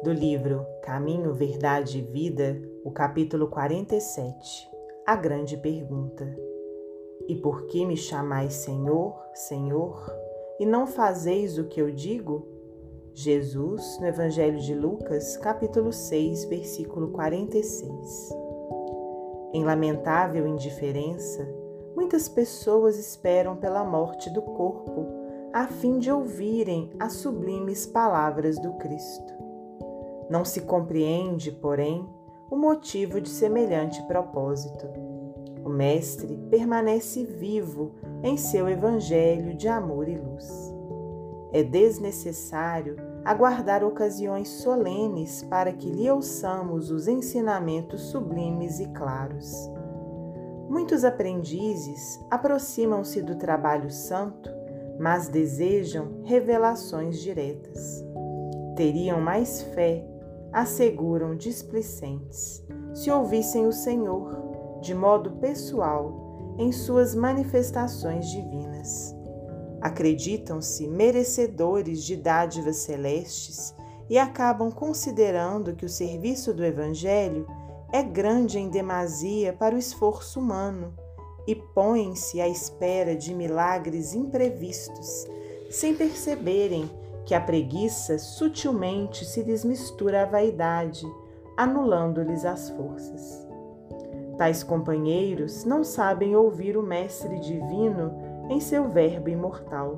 Do livro Caminho, Verdade e Vida, o capítulo 47, A Grande Pergunta. E por que me chamais Senhor, Senhor, e não fazeis o que eu digo? Jesus, no Evangelho de Lucas, capítulo 6, versículo 46. Em lamentável indiferença, muitas pessoas esperam pela morte do corpo, a fim de ouvirem as sublimes palavras do Cristo. Não se compreende, porém, o motivo de semelhante propósito. O Mestre permanece vivo em seu Evangelho de amor e luz. É desnecessário aguardar ocasiões solenes para que lhe ouçamos os ensinamentos sublimes e claros. Muitos aprendizes aproximam-se do trabalho santo, mas desejam revelações diretas. Teriam mais fé, asseguram displicentes, se ouvissem o Senhor de modo pessoal em suas manifestações divinas. Acreditam-se merecedores de dádivas celestes e acabam considerando que o serviço do Evangelho é grande em demasia para o esforço humano e põem-se à espera de milagres imprevistos, sem perceberem que a preguiça sutilmente se lhes mistura à vaidade, anulando-lhes as forças. Tais companheiros não sabem ouvir o Mestre Divino em seu Verbo imortal.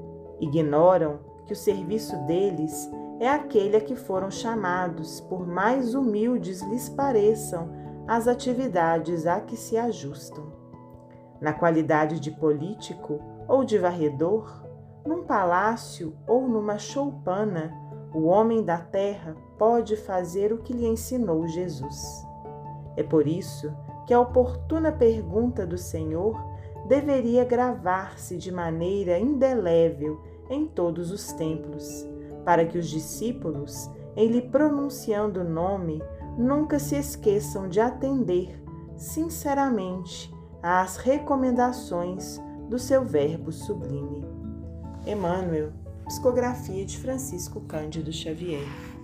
Ignoram que o serviço deles é aquele a que foram chamados, por mais humildes lhes pareçam as atividades a que se ajustam. Na qualidade de político ou de varredor, num palácio ou numa choupana, o homem da terra pode fazer o que lhe ensinou Jesus. É por isso que a oportuna pergunta do Senhor deveria gravar-se de maneira indelével em todos os templos, para que os discípulos, em lhe pronunciando o nome, nunca se esqueçam de atender sinceramente às recomendações do seu Verbo sublime. Emmanuel, psicografia de Francisco Cândido Xavier.